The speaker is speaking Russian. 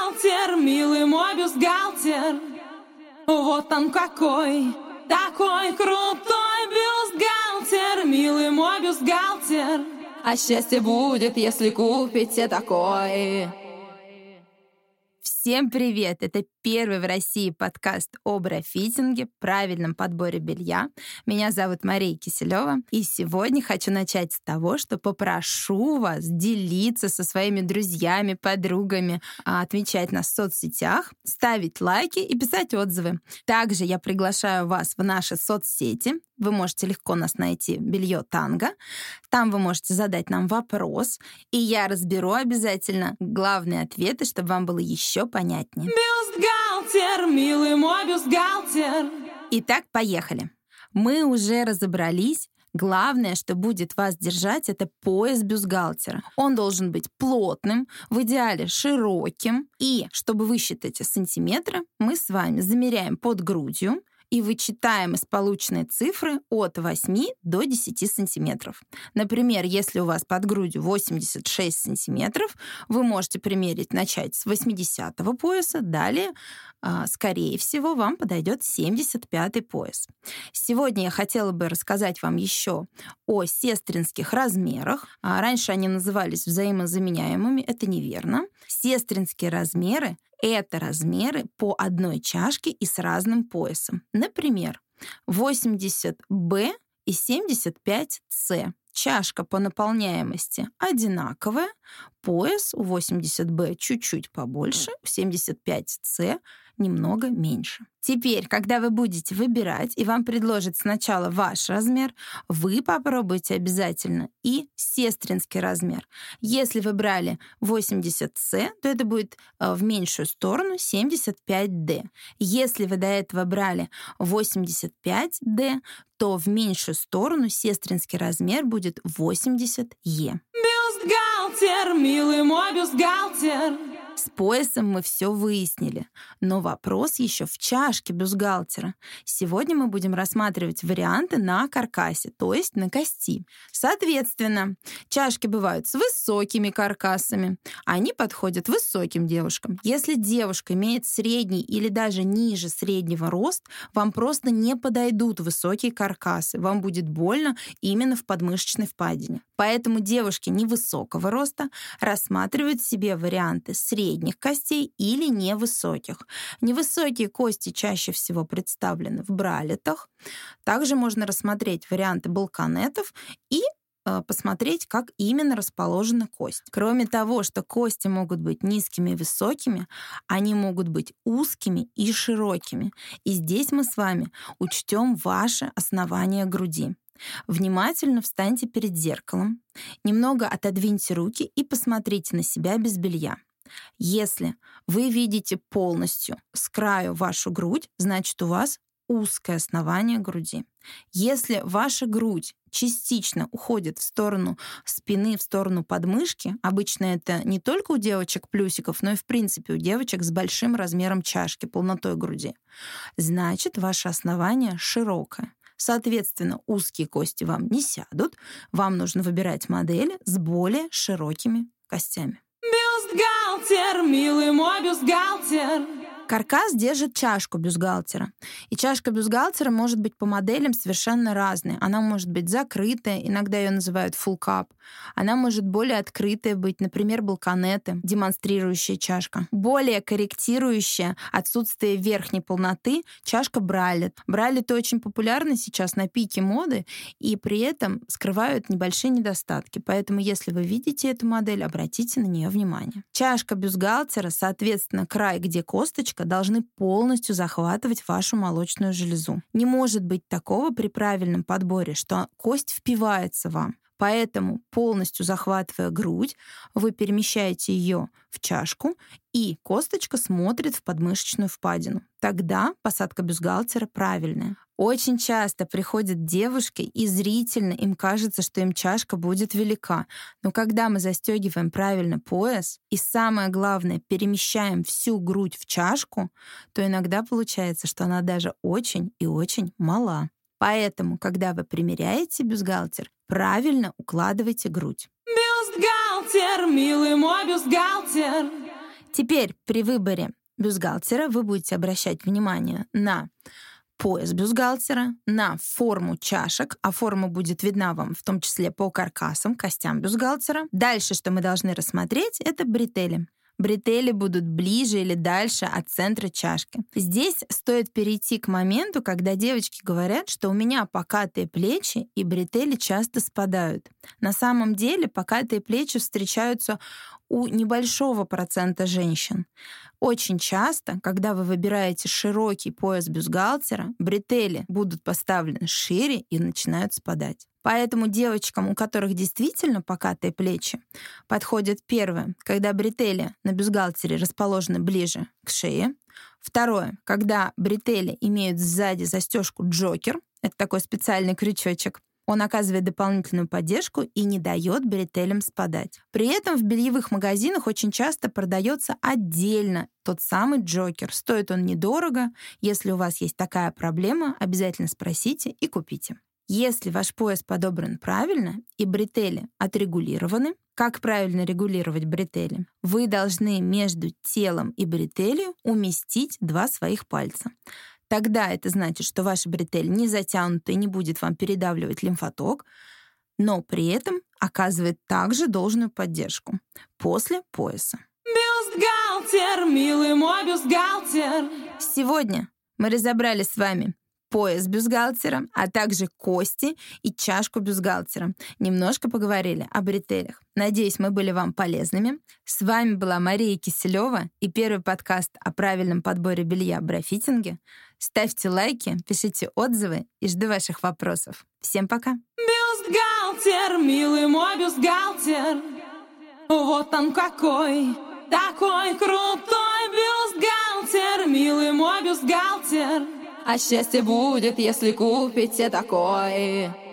бюстгальтер, милый мой бюстгальтер. Вот он какой, такой крутой бюстгальтер, милый мой бюстгальтер. А счастье будет, если купите такой. Всем привет! Это первый в России подкаст о брафитинге, правильном подборе белья. Меня зовут Мария Киселева, и сегодня хочу начать с того, что попрошу вас делиться со своими друзьями, подругами, отмечать нас в соцсетях, ставить лайки и писать отзывы. Также я приглашаю вас в наши соцсети. Вы можете легко нас найти «Белье Танго». Там вы можете задать нам вопрос, и я разберу обязательно главные ответы, чтобы вам было еще понятнее. Бюстгальтер, милый мой бюстгальтер. Итак, поехали. Мы уже разобрались. Главное, что будет вас держать, это пояс бюстгальтера. Он должен быть плотным, в идеале широким. И чтобы высчитать сантиметры, мы с вами замеряем под грудью и вычитаем из полученной цифры от 8 до 10 сантиметров. Например, если у вас под грудью 86 сантиметров, вы можете примерить, начать с 80-го пояса, далее, скорее всего, вам подойдет 75-й пояс. Сегодня я хотела бы рассказать вам еще о сестринских размерах. Раньше они назывались взаимозаменяемыми, это неверно. Сестринские размеры — это размеры по одной чашке и с разным поясом. Например, 80Б и 75С. Чашка по наполняемости одинаковая, пояс у 80Б чуть-чуть побольше, у 75С немного меньше. Теперь, когда вы будете выбирать, и вам предложат сначала ваш размер, вы попробуйте обязательно и сестринский размер. Если вы брали 80С, то это будет в меньшую сторону 75Д. Если вы до этого брали 85Д, то в меньшую сторону сестринский размер будет 80Е. Бюстгальтер, милый мой бюстгальтер. С поясом мы все выяснили, но вопрос еще в чашке бюстгальтера. Сегодня мы будем рассматривать варианты на каркасе, то есть на кости. Соответственно, чашки бывают с высокими каркасами. Они подходят высоким девушкам. Если девушка имеет средний или даже ниже среднего рост, вам просто не подойдут высокие каркасы. Вам будет больно именно в подмышечной впадине. Поэтому девушки невысокого роста рассматривают себе варианты средних костей или невысоких. Невысокие кости чаще всего представлены в бралетах. Также можно рассмотреть варианты балконетов и посмотреть, как именно расположена кость. Кроме того, что кости могут быть низкими и высокими, они могут быть узкими и широкими. И здесь мы с вами учтем ваше основание груди. Внимательно встаньте перед зеркалом, немного отодвиньте руки и посмотрите на себя без белья. Если вы видите полностью с краю вашу грудь, значит, у вас узкое основание груди. Если ваша грудь частично уходит в сторону спины, в сторону подмышки, обычно это не только у девочек плюсиков, но и в принципе у девочек с большим размером чашки, полнотой груди, значит, ваше основание широкое. Соответственно, узкие кости вам не сядут, вам нужно выбирать модели с более широкими костями. Бюстгальтер, милый мой бюстгальтер. Каркас держит чашку бюстгальтера. И чашка бюстгальтера может быть по моделям совершенно разной. Она может быть закрытая, иногда ее называют full cup. Она может более открытая быть, например, балконеты, демонстрирующая чашка. Более корректирующая отсутствие верхней полноты чашка бралет. Бралеты очень популярны сейчас на пике моды и при этом скрывают небольшие недостатки. Поэтому, если вы видите эту модель, обратите на нее внимание. Чашка бюстгальтера, соответственно, край, где косточка, должны полностью захватывать вашу молочную железу. Не может быть такого при правильном подборе, что кость впивается вам. Поэтому, полностью захватывая грудь, вы перемещаете ее в чашку, и косточка смотрит в подмышечную впадину. Тогда посадка бюстгальтера правильная. Очень часто приходят девушки, и зрительно им кажется, что им чашка будет велика. Но когда мы застегиваем правильно пояс и, самое главное, перемещаем всю грудь в чашку, то иногда получается, что она даже очень и очень мала. Поэтому, когда вы примеряете бюстгальтер, правильно укладывайте грудь. Бюстгальтер, милый мой бюстгальтер. Теперь при выборе бюстгальтера вы будете обращать внимание на пояс бюстгальтера, на форму чашек, а форма будет видна вам в том числе по каркасам, костям бюстгальтера. Дальше, что мы должны рассмотреть, это бретели. Бретели будут ближе или дальше от центра чашки. Здесь стоит перейти к моменту, когда девочки говорят, что у меня покатые плечи и бретели часто спадают. На самом деле покатые плечи встречаются у небольшого процента женщин. Очень часто, когда вы выбираете широкий пояс бюстгальтера, бретели будут поставлены шире и начинают спадать. Поэтому девочкам, у которых действительно покатые плечи, подходит первое, когда бретели на бюстгальтере расположены ближе к шее. Второе, когда бретели имеют сзади застежку джокер, это такой специальный крючочек. Он оказывает дополнительную поддержку и не дает бретелям спадать. При этом в бельевых магазинах очень часто продается отдельно тот самый джокер. Стоит он недорого. Если у вас есть такая проблема, обязательно спросите и купите. Если ваш пояс подобран правильно и бретели отрегулированы, как правильно регулировать бретели? Вы должны между телом и бретелью уместить 2 своих пальца. Тогда это значит, что ваша бретель не затянута и не будет вам передавливать лимфоток, но при этом оказывает также должную поддержку после пояса. Бюстгальтер, милый мой бюстгальтер. Сегодня мы разобрали с вами пояс бюстгальтера, а также кости и чашку бюстгальтера. Немножко поговорили о бретелях. Надеюсь, мы были вам полезными. С вами была Мария Киселева и первый подкаст о правильном подборе белья брафитинге. Ставьте лайки, пишите отзывы и жду ваших вопросов. Всем пока! Бюстгальтер, милый мой бюстгальтер. Вот он какой, такой крутой бюстгальтер, милый мой бюстгальтер. А счастье будет, если купите такой.